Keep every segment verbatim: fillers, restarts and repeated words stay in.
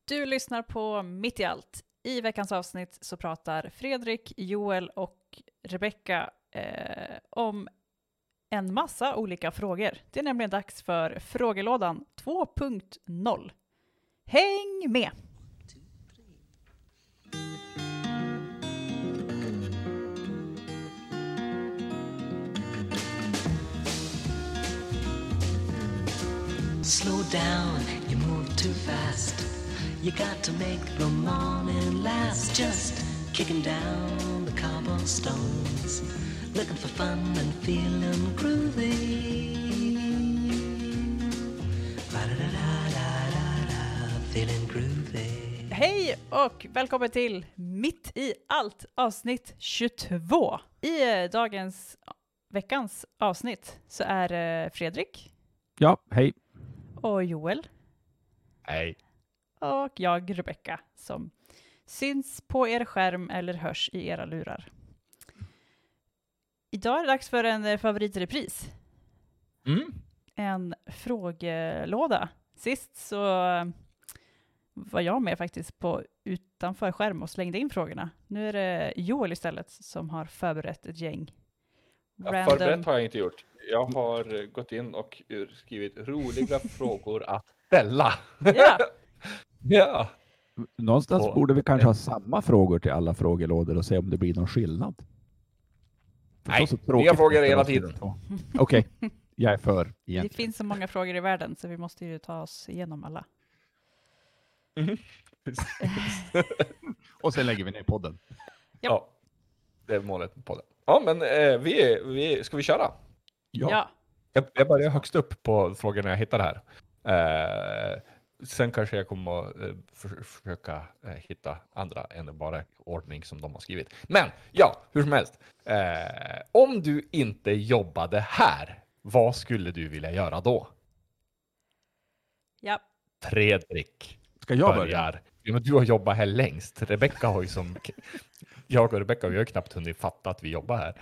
Du lyssnar på Mitt i allt. I veckans avsnitt så pratar Fredrik, Joel och Rebecca eh, om en massa olika frågor. Det är nämligen dags för frågelådan två punkt noll. Häng med! Slow down, you move too fast. You got to make the morning last. Just kicking down the cobblestones, looking for fun and feeling groovy. Ba-da-da-da-da-da, feeling groovy. Hej och välkommen till Mitt i allt avsnitt tjugotvå. I eh, dagens, veckans avsnitt så är eh, Fredrik Ja, hej. och Joel Hej. och jag, Rebecca, som syns på er skärm eller hörs i era lurar. Idag är det dags för en eh, favoritrepris. Mm. En frågelåda. Sist så eh, var jag med faktiskt på utanför skärm och slängde in frågorna. Nu är det Joel istället som har förberett ett gäng Ja, förberett har jag inte gjort. Jag har gått in och skrivit roliga frågor att ställa. Ja. Ja. Någonstans Och- borde vi kanske ha samma frågor till alla frågelådor och se om det blir någon skillnad. Det Nej, var så nya tråkigt frågor att hela ställa tiden. två. Okej, jag är för Det igen. finns så många frågor i världen så vi måste ju ta oss igenom alla. Och sen lägger vi ner podden. Ja, det är målet på det. Ja, men eh, vi, vi, ska vi köra? Ja. Ja. Jag, jag börjar högst upp på frågorna jag hittade här. Eh, sen kanske jag kommer att eh, för, försöka eh, hitta andra än bara ordning som de har skrivit. Men ja, hur som helst. Eh, om du inte jobbade här, vad skulle du vilja göra då? Ja. Fredrik Ska jag börja? börjar. Ja, men du har jobbat här längst. Rebecca har ju som... Jag och Rebecca, vi har knappt hunnit fatta att vi jobbar här.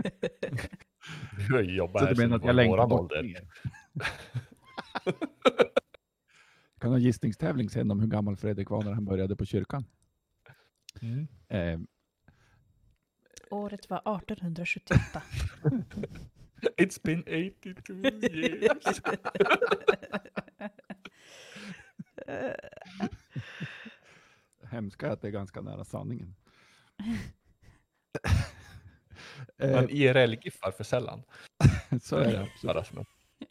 Du har ju jobbat Så här du menar sedan att jag längtar våran bort ålder. mer? Kan ha gissningstävling sen om hur gammal Fredrik var när han började på kyrkan. Mm. Eh, Året var arton sjuttioåtta. It's been eighty-two years. hemska är att det är ganska nära sanningen. eh, Men I R L-giffar för sällan. så är det absolut. Bara som en-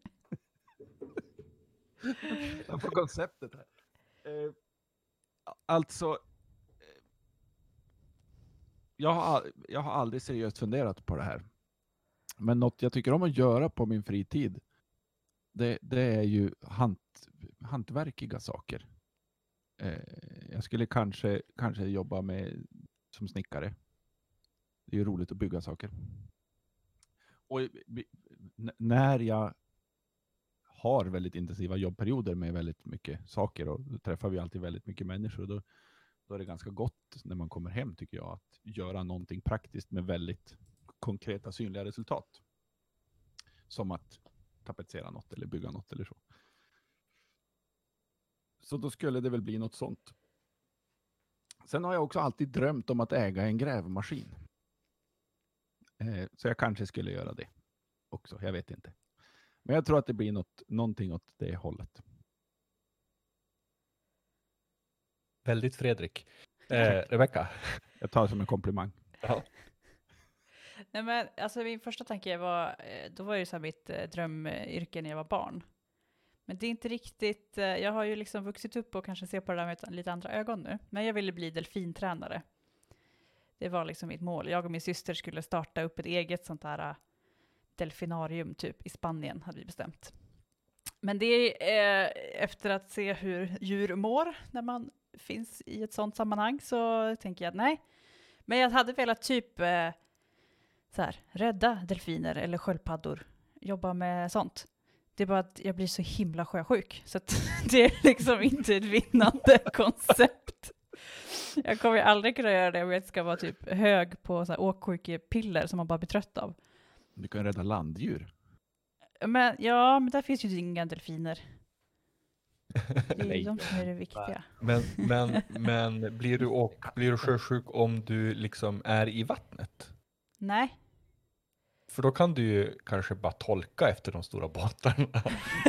Jag får konceptet här. Eh, alltså, eh, jag, har, al- jag har aldrig seriöst funderat på det här. Men något jag tycker om att göra på min fritid, det, det är ju hant, hantverkiga saker. Eh, jag skulle kanske, kanske jobba med som snickare. Det är ju roligt att bygga saker. Och i- vi- n- när jag har väldigt intensiva jobbperioder med väldigt mycket saker och då träffar vi alltid väldigt mycket människor. Då, då är det ganska gott när man kommer hem, tycker jag, att göra någonting praktiskt med väldigt konkreta synliga resultat. Som att tapetsera något eller bygga något eller så. Så då skulle det väl bli något sånt. Sen har jag också alltid drömt om att äga en grävmaskin. Eh, så jag kanske skulle göra det också, jag vet inte. Men jag tror att det blir något, någonting åt det hållet. Väldigt Fredrik. Eh, Rebecca. Jag tar det som en komplimang. Ja. Nej, men alltså min första tanke var, eh, då var ju så här mitt eh, drömyrke när jag var barn. Men det är inte riktigt, eh, jag har ju liksom vuxit upp och kanske ser på det där med ett- lite andra ögon nu. Men jag ville bli delfintränare. Det var liksom mitt mål. Jag och min syster skulle starta upp ett eget sånt här eh, delfinarium typ i Spanien, hade vi bestämt. Men det är eh, efter att se hur djur mår när man finns i ett sånt sammanhang så tänker jag att nej. Men jag hade velat typ eh, så här, rädda delfiner eller sköldpaddor. Jobba med sånt. Det är bara att jag blir så himla sjösjuk. Så att det är liksom inte ett vinnande koncept. Jag kommer ju aldrig kunna göra det om jag ska vara typ hög på så här åksjukepiller som man bara blir trött av. Du kan rädda landdjur. Men ja, men där finns ju inga delfiner. Det är Nej. ju de som är det viktiga. Men, men, men blir du, och, blir du sjösjuk om du liksom är i vattnet? Nej. För då kan du ju kanske bara tolka efter de stora båtarna.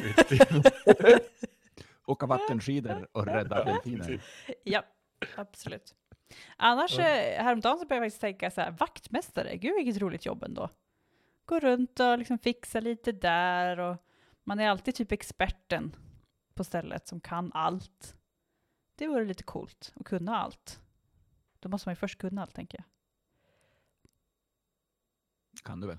Åka vattenskidor och rädda delfiner. Ja, absolut. Annars, Ja. eh, häromdagen så började jag faktiskt tänka så här, vaktmästare, gud vilket roligt jobb ändå. Gå runt och liksom fixa lite där och man är alltid typ experten på stället som kan allt. Det vore lite coolt att kunna allt. Då måste man ju först kunna allt, tänker jag. Kan du väl?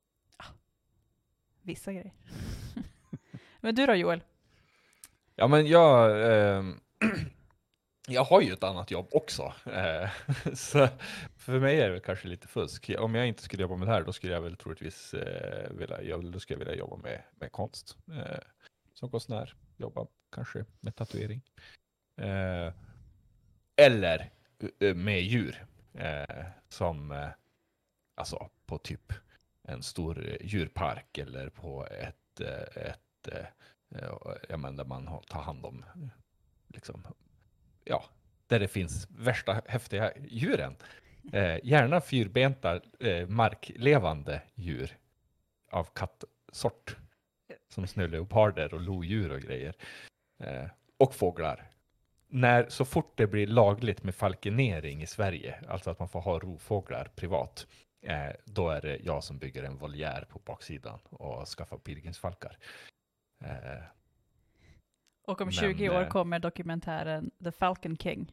Vissa grejer. Men du då, Joel? Ja, men jag, eh, jag har ju ett annat jobb också. Eh, så för mig är det kanske lite fusk. Om jag inte skulle jobba med det här, då skulle jag väl troligtvis eh, vilja, jag, då skulle jag vilja jobba med, med konst. Eh, som konstnär, jobba kanske med tatuering. Eh, eller eh, med djur. Eh, som, eh, alltså på typ en stor eh, djurpark eller på ett, eh, ett eh, jag menar, där man har- tar hand om eh, liksom, ja, där det finns värsta häftiga djuren. Eh, gärna fyrbenta eh, marklevande djur av kattsort. Som snöleoparder och lodjur och grejer. Eh, och fåglar. När, så fort det blir lagligt med falkenering i Sverige, alltså att man får ha rovfåglar privat, eh, då är det jag som bygger en voljär på baksidan och skaffar pilgrimsfalkar. Eh, Och om Men, tjugo år eh, kommer dokumentären The Falcon King.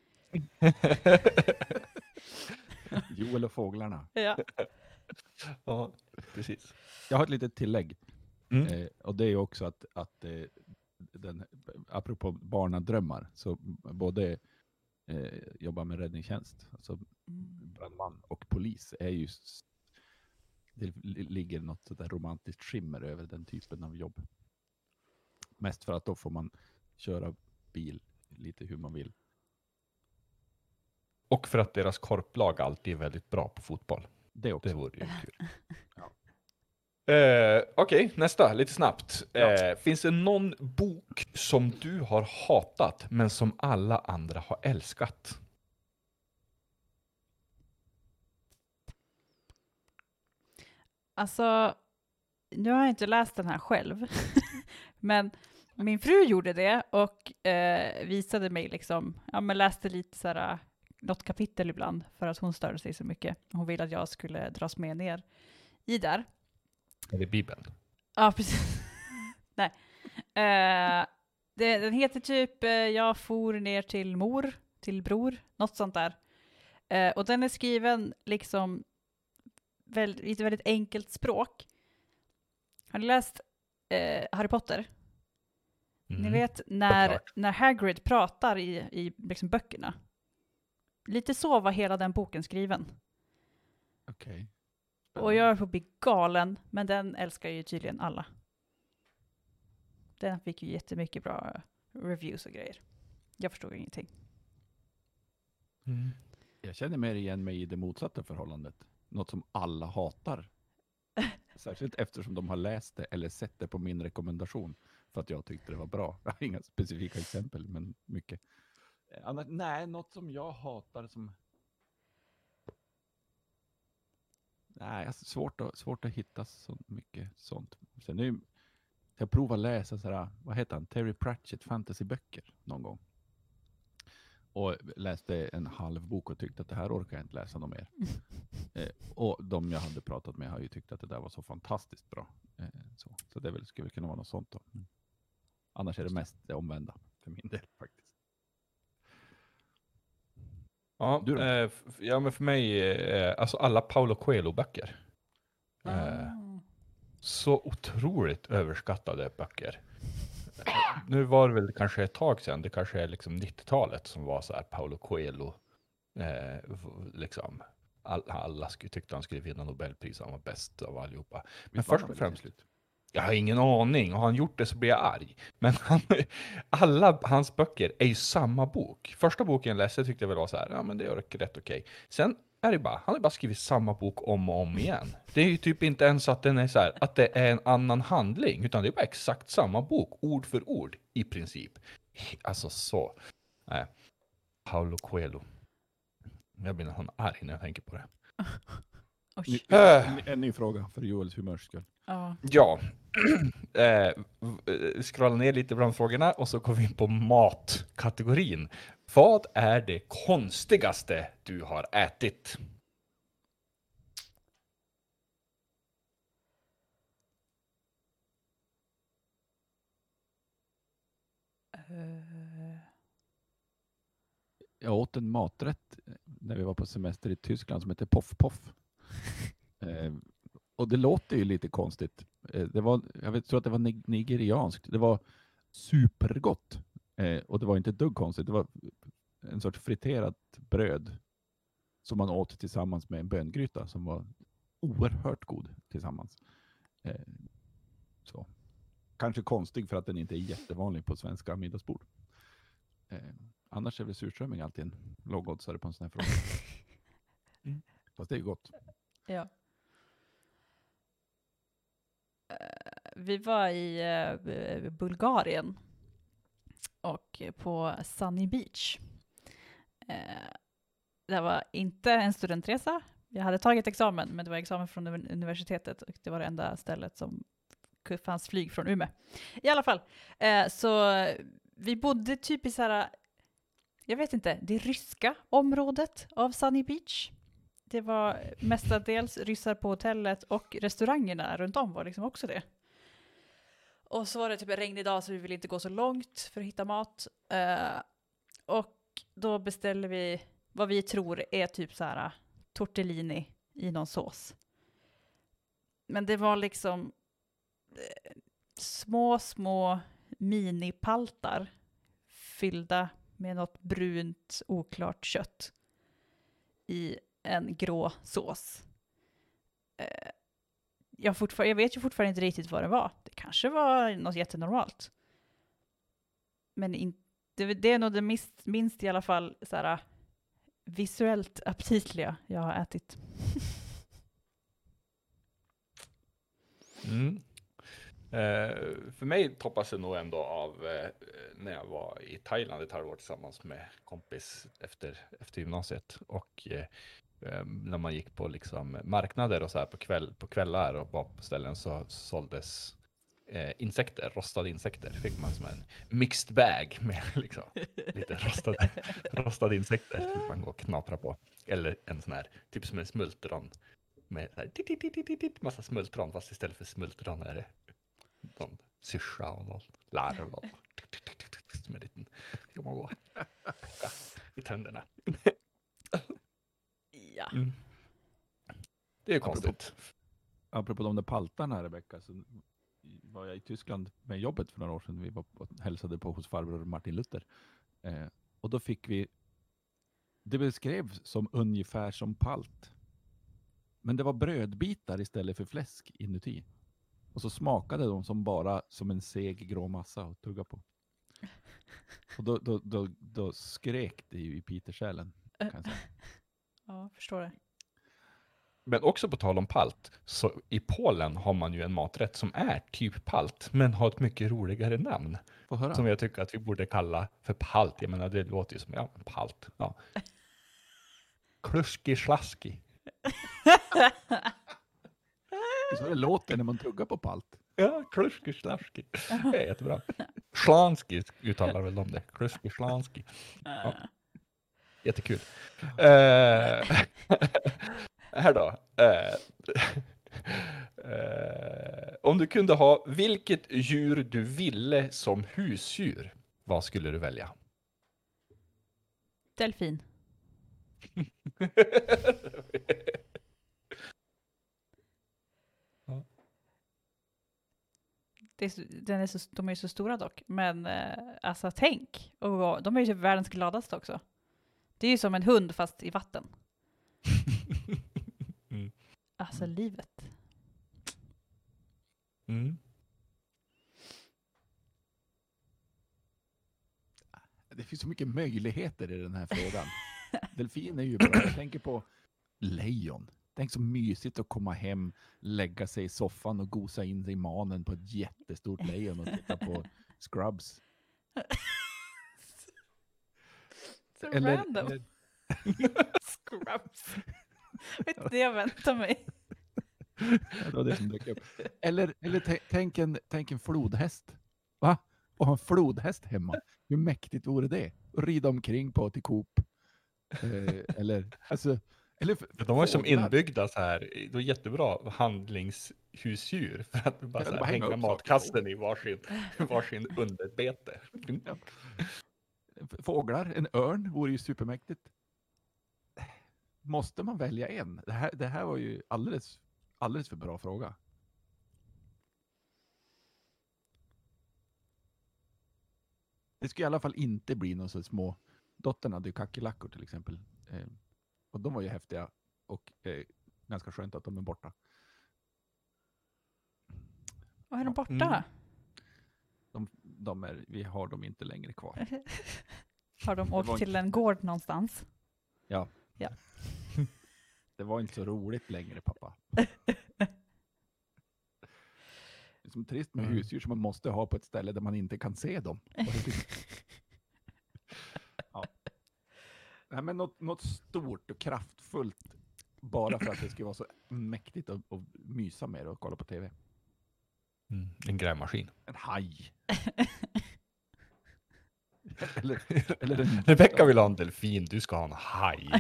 Joel och fåglarna. Ja. ja, precis. Jag har ett litet tillägg. Mm. Eh, och det är ju också att, att eh, den, apropå barnadrömmar, så både eh, jobba med räddningstjänst, alltså brandman och polis, är ju s- det li- ligger något sådär romantiskt skimmer över den typen av jobb. Mest för att då får man köra bil lite hur man vill. Och för att deras korplag alltid är väldigt bra på fotboll. Det också. Det vore ju kul. Ja. Eh, Okej, nästa, lite snabbt. Ja. Eh, finns det någon bok som du har hatat men som alla andra har älskat? Alltså, nu har jag inte läst den här själv. Men min fru gjorde det och eh, visade mig liksom, ja men läste lite så här, något kapitel ibland för att hon störde sig så mycket. Hon ville att jag skulle dras med ner i där. Är det Bibeln? Ja, precis. Nej. Eh, det, den heter typ eh, Jag for ner till mor, till bror, något sånt där. Eh, och den är skriven liksom väldigt, i ett väldigt enkelt språk. Har ni läst eh, Harry Potter? Ni Mm. vet när, Såklart. när Hagrid pratar i, i liksom böckerna. Lite så var hela den boken skriven. Okej. Och jag är på att bli galen, men den älskar ju tydligen alla. Den fick ju jättemycket bra reviews och grejer. Jag förstod ingenting. Mm. Jag känner mer igen mig i det motsatta förhållandet. Något som alla hatar. Särskilt eftersom de har läst det eller sett det på min rekommendation. För att jag tyckte det var bra. Jag har inga specifika exempel, men mycket. Eh, Annars, nej, något som jag hatar som... Nej, alltså svårt, att, svårt att hitta så mycket sånt. Sen nu, jag provar läsa sådär, vad heter han? Terry Pratchett fantasyböcker någon gång. Och läste en halv bok och tyckte att det här orkar jag inte läsa något mer. Eh, och de jag hade pratat med har ju tyckt att det där var så fantastiskt bra. Eh, så så det väl, skulle väl kunna vara något sånt då. Men annars är det mest det omvända för min del faktiskt. Ja, Du då? eh, f- ja, men för mig, eh, alltså alla Paulo Coelho-böcker. Eh, Ah. så otroligt överskattade böcker. Eh, Nu var det väl kanske ett tag sedan, det kanske är liksom nittiotalet som var så här Paulo Coelho. Eh, v- liksom, all, alla sk- tyckte han skulle vinna Nobelpris, han var bäst av allihopa. Men Visst var först han och väl främst, slut? jag har ingen aning. Har han gjort det så blir jag arg. Men han, alla hans böcker är ju samma bok. Första boken jag läste tyckte jag väl var så här, ja men det är rätt okej. Sen är det bara, han har bara skrivit samma bok om och om igen. Det är ju typ inte ens att den är så här, att det är en annan handling, utan det är bara exakt samma bok, ord för ord, i princip. Alltså så. Nej. Paulo Coelho. Jag blir nästan arg när jag tänker på det. Ny, Äh. en, en ny fråga för Joels humörs skull. Ja. Ja. eh, scrolla ner lite bland frågorna och så går vi in på matkategorin. Vad är det konstigaste du har ätit? Eh, Jag åt en maträtt när vi var på semester i Tyskland som heter Poff Poff. eh, och det låter ju lite konstigt. Eh, det var, jag vet, tror att det var nig- nigerianskt. Det var supergott. Eh, och det var inte ett dugg konstigt. Det var en sorts friterat bröd som man åt tillsammans med en böngryta som var oerhört god tillsammans. Eh, så. Kanske konstig för att den inte är jättevanlig på svenska middagsbord. Eh, annars är väl surströmming alltid en lågoddsare på en sån här fråga. Mm. Fast det är ju gott. Ja. Eh, Vi var i eh, Bulgarien och på Sunny Beach. Eh, Det var inte en studentresa. Jag hade tagit examen, men det var examen från uni- universitetet och det var det enda stället som k- fanns flyg från Umeå. I alla fall, eh, så vi bodde typ i så här, jag vet inte, det ryska området av Sunny Beach. Det var mestadels ryssar på hotellet och restaurangerna runt om var liksom också det. Och så var det typ en regnig dag så vi ville inte gå så långt för att hitta mat. Eh, och då beställde vi vad vi tror är typ så här tortellini i någon sås. Men det var liksom eh, små, små minipaltar fyllda med något brunt, oklart kött i en grå sås. Eh, jag, fortfar- jag vet ju fortfarande inte riktigt vad det var. Det kanske var något jättenormalt. Men in- det, det är nog det minst, minst i alla fall så här, visuellt aptitliga jag har ätit. Mm. Eh, för mig toppas det nog ändå av eh, när jag var i Thailand ett halvår tillsammans med kompis efter, efter gymnasiet. Och eh, eh, när man gick på liksom marknader och så här på, kväll, på kvällar och var på ställen så såldes eh, insekter, rostade insekter. Fick man som en mixed bag med liksom, lite rostade, rostade insekter som man går och knapra på. Eller en sån här, typ som en smultron. Med så här, tit, tit, tit, tit, tit, massa smultron, fast istället för smultron är det någon syrsa och någon larv och som en liten, ska man gå i tänderna. Ja. Mm. Det är konstigt. Apropå de där paltarna, Rebecka, så var jag i Tyskland med jobbet för några år sedan. Vi var och hälsade på hos farbror Martin Luther. Eh, och då fick vi, det beskrevs som ungefär som palt. Men det var brödbitar istället för fläsk inuti. Och så smakade de som bara som en seg grå massa att tugga på. Och då, då, då, då skrek det ju i Petersjälen, kan jag säga. Ja, förstår det. Men också på tal om palt, så i Polen har man ju en maträtt som är typ palt, men har ett mycket roligare namn. Få höra. Som jag tycker att vi borde kalla för palt. Jag menar, det låter ju som, ja, palt. Ja. Kluski slaski. Det är så det låter när man tuggar på palt. Ja, kluski slaski. Det är jättebra. Slanski uttalar väl de det. Kluski slanski. Ja. Jättekul. Uh, här då. Uh, uh, om du kunde ha vilket djur du ville som husdjur, vad skulle du välja? Delfin. Ja. Det är, så- den är så, de är ju så stora dock. Men eh, alltså tänk. Och de är ju typ världens gladaste också. Det är ju som en hund fast i vatten. Mm. Alltså livet. Mm. Det finns så mycket möjligheter i den här frågan. Delfin är ju bra. Jag tänker på lejon. Tänk så mysigt att komma hem, lägga sig i soffan och gosa in sig i manen på ett jättestort lejon och titta på Scrubs. Så Eller, random. eller, Scrubs. Vet inte det jag väntar mig. det var det som dök upp. Eller, eller t- tänk, en, tänk en flodhäst. Va? Och ha en flodhäst hemma. Hur mäktigt vore det? Och rida omkring på till Coop. Eh, eller, alltså, eller för, För de var som fåglar. inbyggda så här, det var jättebra handlingshusdjur för att du bara, Ja, så det här, bara hänga hänga upp saker matkassen i varsin, varsin underbete. Ja. Fåglar, en örn vore ju supermäktigt. Måste man välja en? Det här, det här var ju alldeles, alldeles för bra fråga. Det skulle i alla fall inte bli någon så små. Dottern hade ju kackerlackor till exempel. Eh, och de var ju häftiga och eh, ganska skönt att de är borta. Och är de borta? Mm. De, de är, vi har dem inte längre kvar. Har de åkt var till en gård någonstans? Ja. Ja. Det var inte så roligt längre, pappa. Det är som trist med Mm. husdjur som man måste ha på ett ställe där man inte kan se dem. Ja. Nej, men något, något stort och kraftfullt bara för att det ska vara så mäktigt att, att mysa med och kolla på tv. Mm. En grävmaskin. En haj. eller, eller en... Rebecka vill ha en delfin, du ska ha en haj.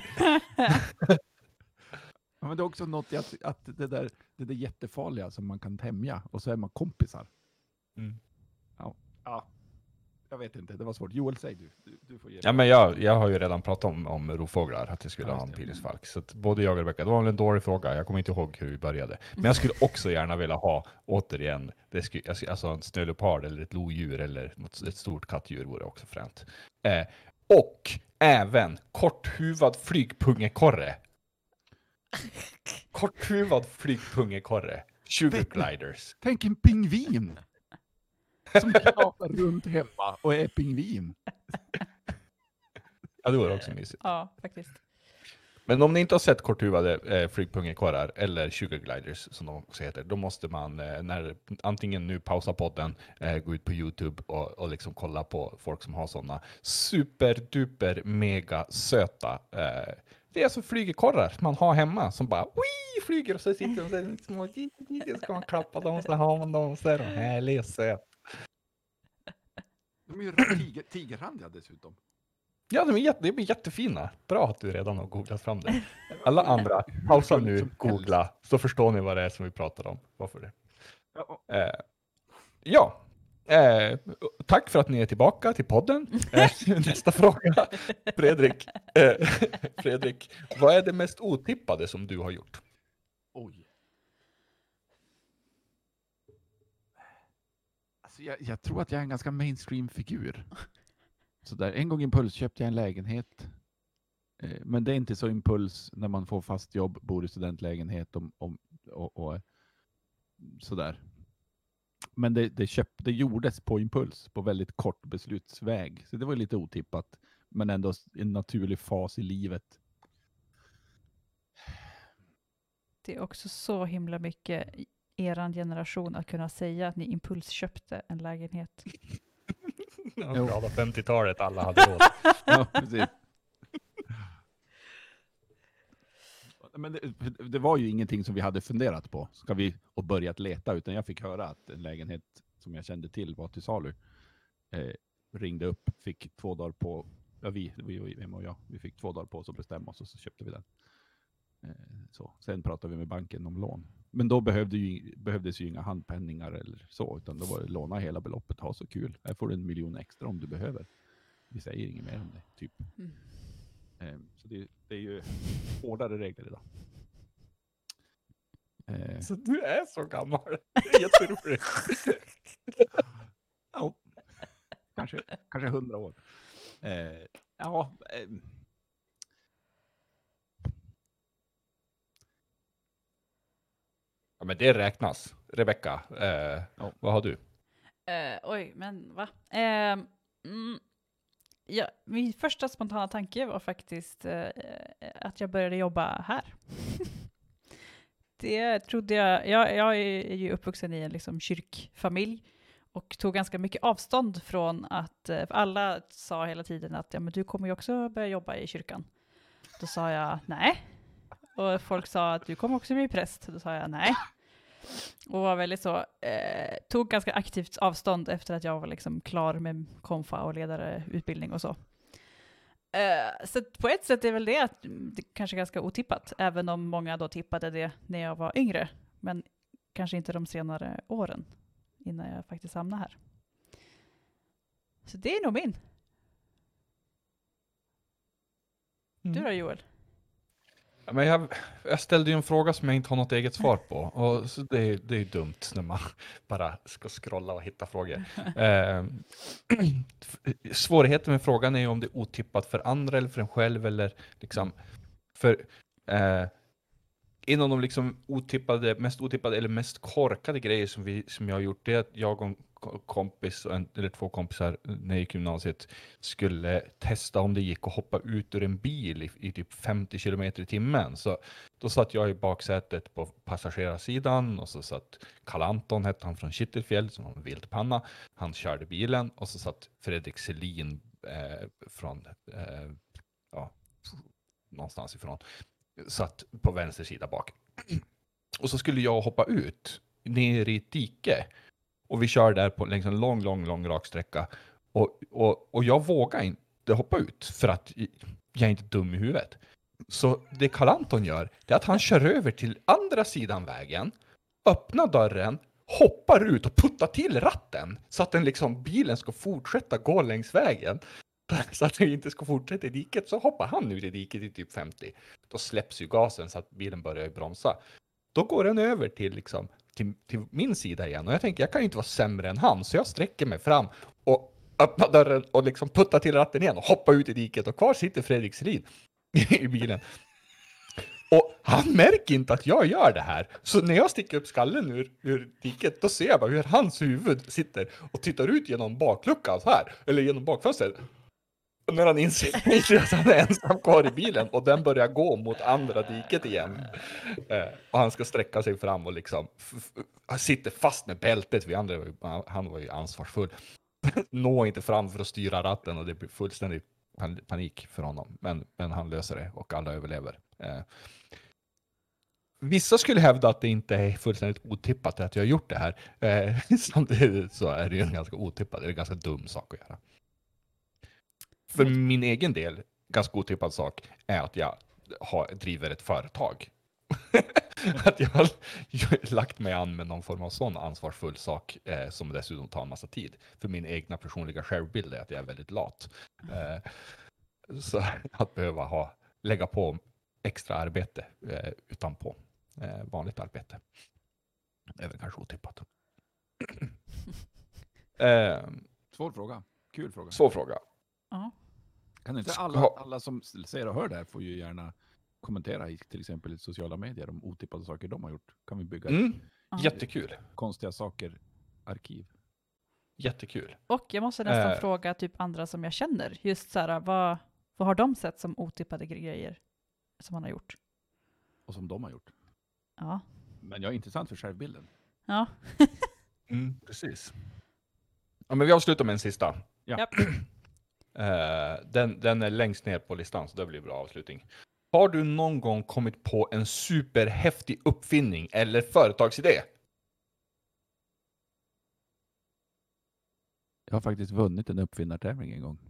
Ja, men det är också något i att, att det, där, det där jättefarliga som man kan tämja och så är man kompisar. Mm. Ja. Ja. Jag vet inte, det var svårt. Joel, säg du. Du, du får ge Ja, men jag, jag har ju redan pratat om, om rovfåglar, att jag skulle Ja, ha en just det. pilesfalk. Så att både jag och Rebecka, det var väl en dålig fråga, jag kommer inte ihåg hur vi började. Men jag skulle också gärna vilja ha, återigen, det skulle, alltså en snöleopard eller ett lodjur eller något, ett stort kattdjur vore också fränt. Eh, och även korthuvad flygpungekorre. Korthuvad flygpungekorre. Sugar gliders. Tänk en pingvin! Som knatar runt hemma och är pingvin. Ja, det vore också mysigt. Ja, faktiskt. Men om ni inte har sett korthuvade eh, flygpungekorrar eller sugar gliders som de också heter, då måste man eh, när, antingen nu pausa podden, eh, gå ut på YouTube och, och liksom kolla på folk som har sådana superduper mega söta eh, det är alltså flygekorrar man har hemma som bara wii, flyger och så sitter de så här små, så ska man klappa dem så har man dem så är de härliga och söta. De är ju tiger, tigerrandiga dessutom. Ja, de är, jätte, de är jättefina. Bra att du redan har googlat fram det. Alla andra, pausa nu, googla, så förstår ni vad det är som vi pratar om. Varför det? Eh, ja, eh, tack för att ni är tillbaka till podden. Eh, nästa fråga. Fredrik, eh, Fredrik, vad är det mest otippade som du har gjort? Oj. Alltså jag, jag tror att jag är en ganska mainstream-figur. Så där, en gång impuls köpte jag en lägenhet. Eh, men det är inte så impuls när man får fast jobb, bor i studentlägenhet och, och, och, och sådär. Men det, det, köp, det gjordes på impuls, på väldigt kort beslutsväg. Så det var lite otippat, men ändå en naturlig fas i livet. Det är också så himla mycket i eran generation att kunna säga att ni impulsköpte en lägenhet. Ja, glada femtiotalet, alla hade råd. Ja, precis. Men det, det var ju ingenting som vi hade funderat på. Ska vi och börjat leta, utan jag fick höra att en lägenhet som jag kände till var till salu. Eh, ringde upp, fick två dagar på, ja vi, vi Emma och jag, vi fick två dagar på oss att bestämma oss och så köpte vi den. Eh, så. Sen pratade vi med banken om lån. Men då behövde ju, behövdes ju inga handpenningar eller så, utan då var det låna hela beloppet, ha så kul. Här får du en miljon extra om du behöver. Vi säger inget mer om det, typ. Mm. Eh, så det, det är ju hårdare regler idag. Eh, Så du är så gammal. Det är jätteroligt. ja, kanske, kanske hundra år. Eh, ja, eh, Ja, men det räknas. Rebecka, eh, Ja. vad har du? Eh, oj, men va? Eh, mm, ja, min första spontana tanke var faktiskt eh, att jag började jobba här. Det trodde jag, jag, jag är ju uppvuxen i en liksom kyrkfamilj och tog ganska mycket avstånd från att, för alla sa hela tiden att ja, men du kommer ju också börja jobba i kyrkan. Då sa jag nej. Och folk sa att du kommer också bli präst. Då sa jag nej. Och var väldigt så, eh, tog ganska aktivt avstånd efter att jag var liksom klar med konfa och ledareutbildning och så. Eh, så på ett sätt är väl det att det kanske är ganska otippat, även om många då tippade det när jag var yngre, men kanske inte de senare åren innan jag faktiskt hamnade här. Så det är nog min. Du då, Joel? Ja, men jag, jag ställde ju en fråga som jag inte har något eget svar på. Och så det, är, det är ju dumt när man bara ska scrolla och hitta frågor. Eh, svårigheten med frågan är ju om det är otippat för andra eller för en själv. Eller liksom, för eh, inom de liksom otippade, mest otippade eller mest korkade grejer som, vi, som jag har gjort, det är att jag och en kompis, en, eller två kompisar när jag gick i gymnasiet, skulle testa om det gick att hoppa ut ur en bil i, i typ femtio kilometer i timmen. Så då satt jag i baksätet på passagerarsidan och så satt Karl Anton, hette han, från Kittelfjäll, som var en vildpanna. Han körde bilen och så satt Fredrik Selin eh, från eh, ja, någonstans ifrån, satt på vänster sida bak. Och så skulle jag hoppa ut ner i ett dike. Och vi kör där på längs en lång, lång, lång rak sträcka. Och, och, och jag vågar inte hoppa ut för att jag är inte dum i huvudet. Så det Karl Anton gör, det är att han kör över till andra sidan vägen, öppnar dörren, hoppar ut och puttar till ratten så att den liksom, bilen ska fortsätta gå längs vägen. Så att den inte ska fortsätta i diket, så hoppar han ut i diket i typ femtio. Då släpps ju gasen så att bilen börjar bromsa. Då går den över till, liksom, till, till min sida igen. Och jag tänker, jag kan ju inte vara sämre än han. Så jag sträcker mig fram och öppnar dörren och liksom puttar till ratten igen. Och hoppar ut i diket. Och kvar sitter Fredrik Selin i bilen. Och han märker inte att jag gör det här. Så när jag sticker upp skallen ur, ur diket, då ser jag bara hur hans huvud sitter och tittar ut genom bakluckan så här. Eller genom bakfönstret. Och när han inser att han är ensam kvar i bilen och den börjar gå mot andra diket igen. Eh, och han ska sträcka sig fram och liksom f- f- sitter fast med bältet. Vi andra, han var ju ansvarsfull. Nå inte fram för att styra ratten och det blir fullständigt pan- panik för honom. Men, men han löser det och alla överlever. Eh, Vissa skulle hävda att det inte är fullständigt otippat att jag har gjort det här. Eh, samtidigt så är det ju en ganska otippat, det är en ganska dum sak att göra. För min egen del, ganska otippad sak, är att jag har, driver ett företag. Att jag har lagt mig an med någon form av sån ansvarsfull sak eh, som dessutom tar en massa tid. För min egna personliga självbild är att jag är väldigt lat. Eh, så att behöva ha, lägga på extra arbete eh, utanpå eh, vanligt arbete. Det är väl kanske otippat. eh, Svår fråga. Kul fråga. svår fråga. Ja. Kan inte alla, alla som ser och hör det här får ju gärna kommentera i till exempel sociala medier om otippade saker de har gjort. Kan vi bygga Mm. Ja. Jättekul. konstiga saker arkiv. Jättekul. Och jag måste nästan Eh. fråga typ andra som jag känner. Just så här, vad, vad har de sett som otippade grejer som man har gjort? Och som de har gjort. Ja. Men jag är intressant för självbilden. Ja. Mm, precis. Ja, men vi avslutar med en sista. Ja. Japp. Eh, den, den är längst ner på listan, så det blir bra avslutning. Har du någon gång kommit på en superhäftig uppfinning eller företagsidé? Jag har faktiskt vunnit en uppfinnartävling en gång.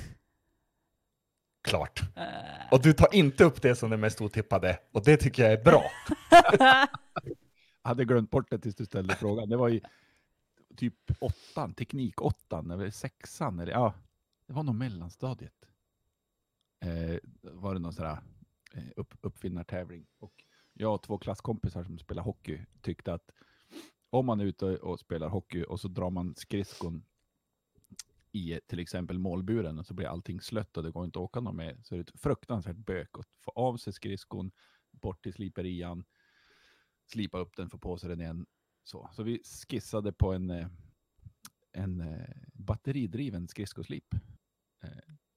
Klart. Eh. Och du tar inte upp det som det mest otippade. Och det tycker jag är bra. Jag hade glömt bort det tills du ställde frågan. Det var i typ åttan, teknik åttan, eller sexan. Eller, ja, det var nog mellanstadiet. Eh, var det någon sån här eh, upp, uppfinnartävling. Och jag och två klasskompisar som spelar hockey tyckte att om man är ute och spelar hockey och så drar man skridskon i till exempel målburen och så blir allting slött och det går inte att åka någon med, så är det ett fruktansvärt bök att få av sig skridskon, bort till sliperian, slipa upp den, få på sig den igen. Så, så vi skissade på en, en batteridriven skridskoslip.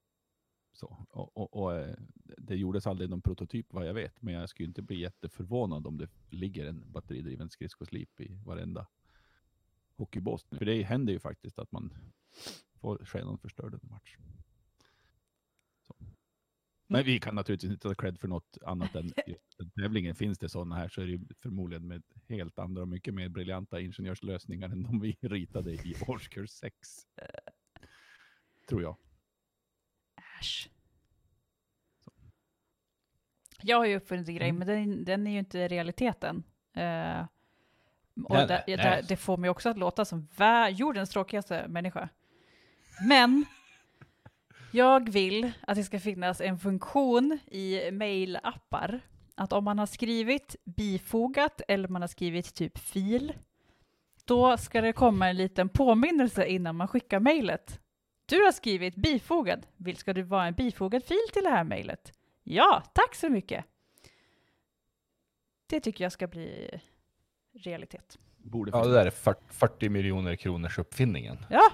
Så. Och, och, och eh, det gjordes aldrig någon prototyp vad jag vet, men jag skulle inte bli jätteförvånad om det ligger en batteridriven skridskoslip i varenda hockeybås nu. För det händer ju faktiskt att man får skenan förstörd under match. Så. Men vi kan naturligtvis inte ta cred för något annat än just den tävlingen. Finns det sådana här så är det ju förmodligen med helt andra och mycket mer briljanta ingenjörslösningar än de vi ritade i årskurs sex. Tror jag. Äsch. Jag har ju uppfunnit en grej, Mm. men den, den är ju inte realiteten. Uh, och Nej, där, nej, där, nej. det får mig också att låta som vä- jordens tråkigaste människa. Men jag vill att det ska finnas en funktion i mailappar att om man har skrivit bifogat eller man har skrivit typ fil, då ska det komma en liten påminnelse innan man skickar mejlet. Du har skrivit bifogad. Vill ska du vara en bifogad fil till det här mejlet? Ja, tack så mycket. Det tycker jag ska bli realitet. Borde Ja, det där är fyr- fyrtio miljoner kronors uppfinningen. Ja.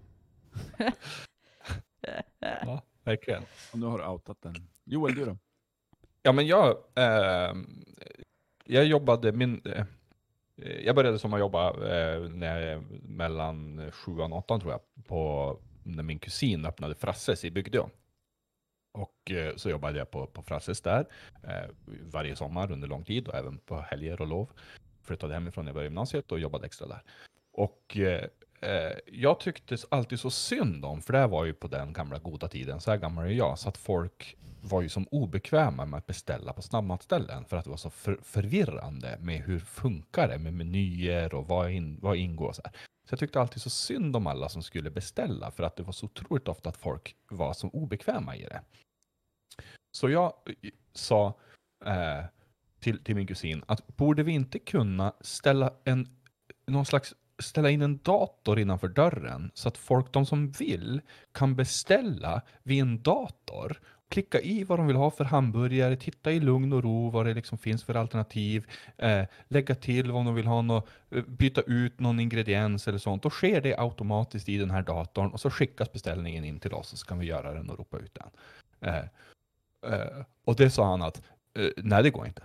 Ja, verkligen. Och nu har du outat den. Joel, du då? Ja, men jag, eh, jag jobbade, min, eh, jag började som att jobba eh, när jag, mellan sjuan och åttan tror jag, på, när min kusin öppnade Frasses i Bygdeå. Och eh, så jobbade jag på, på Frasses där eh, varje sommar under lång tid och även på helger och lov. Flyttade hemifrån när jag började gymnasiet och jobbade extra där. Och eh, eh, jag tyckte alltid så synd om, för det här var ju på den gamla goda tiden, så här gammal är jag, så att folk var ju som obekväma med att beställa på snabbmatställen för att det var så för, förvirrande med hur funkar det med menyer och vad, in, vad ingår och så här. Så jag tyckte alltid så synd om alla som skulle beställa för att det var så otroligt ofta att folk var så obekväma i det. Så jag eh, sa eh, till, till min kusin att borde vi inte kunna ställa en någon slags ställa in en dator innanför dörren så att folk, de som vill, kan beställa vid en dator, klicka i vad de vill ha för hamburgare, titta i lugn och ro vad det liksom finns för alternativ, eh, lägga till vad de vill ha, något, byta ut någon ingrediens eller sånt. Då sker det automatiskt i den här datorn och så skickas beställningen in till oss och så kan vi göra den och ropa ut den. Eh, eh, och det sa han att eh, nej, det går inte.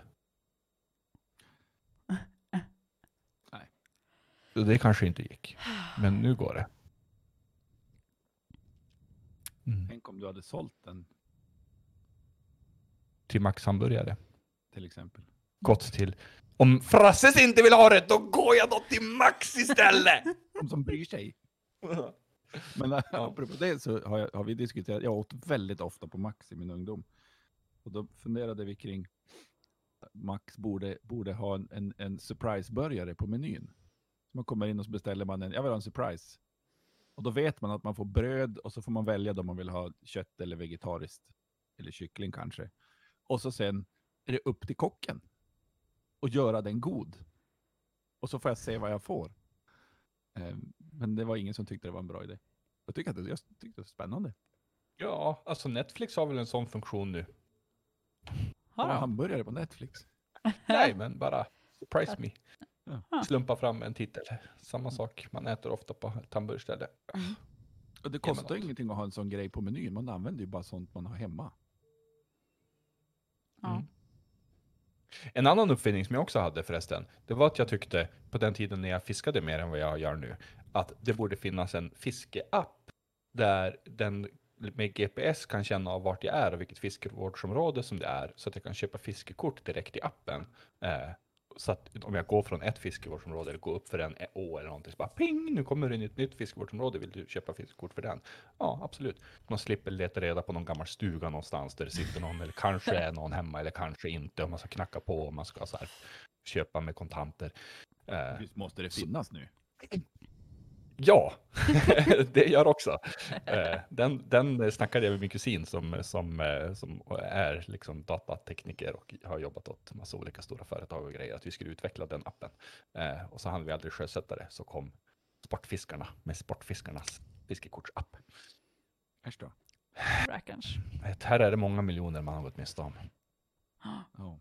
Det kanske inte gick, men nu går det. Mm. Tänk om du hade sålt den Till Max hamburgare. till exempel. Gått till. Om Frasses inte vill ha det, då går jag då till Max istället. De som bryr sig. Men äh, apropå det så har, jag, har vi diskuterat, jag åt väldigt ofta på Max i min ungdom. Och då funderade vi kring Max borde, borde ha en, en, en surprise-burgare på menyn. Så man kommer in och så beställer man en, jag vill ha en surprise. Och då vet man att man får bröd och så får man välja om man vill ha kött eller vegetariskt. Eller kyckling kanske. Och så sen är det upp till kocken. Och göra den god. Och så får jag se vad jag får. Um, men det var ingen som tyckte det var en bra idé. Jag tyckte att det, jag tyckte det var spännande. Ja, alltså Netflix har väl en sån funktion nu. Har Har de? hamburgare på Netflix. Nej, men bara surprise me. Ja. Slumpa fram en titel. Samma sak, man äter ofta på ett hamburgerställe. Och det kostar ju ingenting att ha en sån grej på menyn. Man använder ju bara sånt man har hemma. Ja. Mm. En annan uppfinning som jag också hade förresten, det var att jag tyckte på den tiden när jag fiskade mer än vad jag gör nu, att det borde finnas en fiskeapp där den med G P S kan känna av vart jag är och vilket fiskevårdsområde som det är, så att jag kan köpa fiskekort direkt i appen. Eh, så att om jag går från ett fiskevårdsområde eller går upp för en å eller någonting, så bara ping, nu kommer det in ett nytt fiskevårdsområde, vill du köpa fiskekort för den? Ja, absolut. Man slipper leta reda på någon gammal stuga någonstans där det sitter någon, eller kanske är någon hemma, eller kanske inte, om man ska knacka på, om man ska så här, köpa med kontanter. Eh, Visst måste det finnas nu. Ja, det gör också. Eh, den, den snackade jag med min kusin som, som, eh, som är liksom datatekniker och har jobbat åt massa olika stora företag och grejer, att vi skulle utveckla den appen. Eh, och så hann vi aldrig sjösätta det, så kom Sportfiskarna med Sportfiskarnas fiskekortsapp. Äsch då. Rackarns. Eh, Här är det många miljoner man har gått miste om. Ja.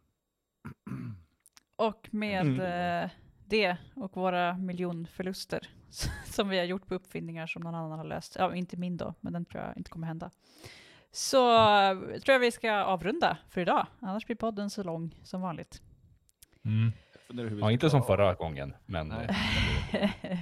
Och med Mm. eh, det och våra miljonförluster som vi har gjort på uppfinningar som någon annan har löst. Ja, inte min då, men den tror jag inte kommer hända. Så eh, tror jag vi ska avrunda för idag. Annars blir podden så lång som vanligt. Mm. Funderar hur vi Ja, ska inte som klara- förra gången, men Nej. eh,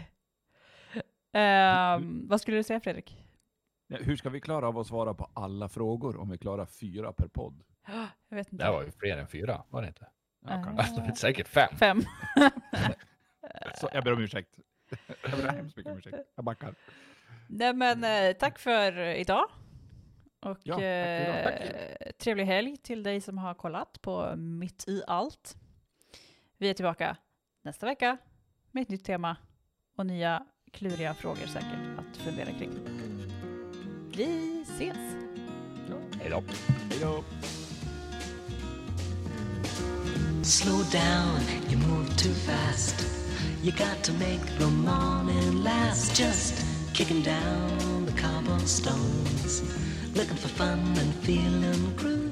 Ehm, vad skulle du säga, Fredrik? Ja, hur ska vi klara av att svara på alla frågor om vi klarar fyra per podd? Jag vet det inte. här var ju fler än fyra, var det inte? Ja, Eh. kanske. Alltså, säkert fem. Fem. Så, jag ber om ursäkt. Jag ber hemskt mycket om ursäkt. Jag backar. Nej, men eh, tack för idag. Och Ja, tack för idag. Tack. eh, trevlig helg till dig som har kollat på Mitt i allt. Vi är tillbaka nästa vecka med ett nytt tema och nya kluriga frågor säkert att fundera kring. Vi ses! Hej då. Hej då. Slow down, you move too fast. You got to make the morning last. Just kicking down the cobblestones, looking for fun and feeling groove.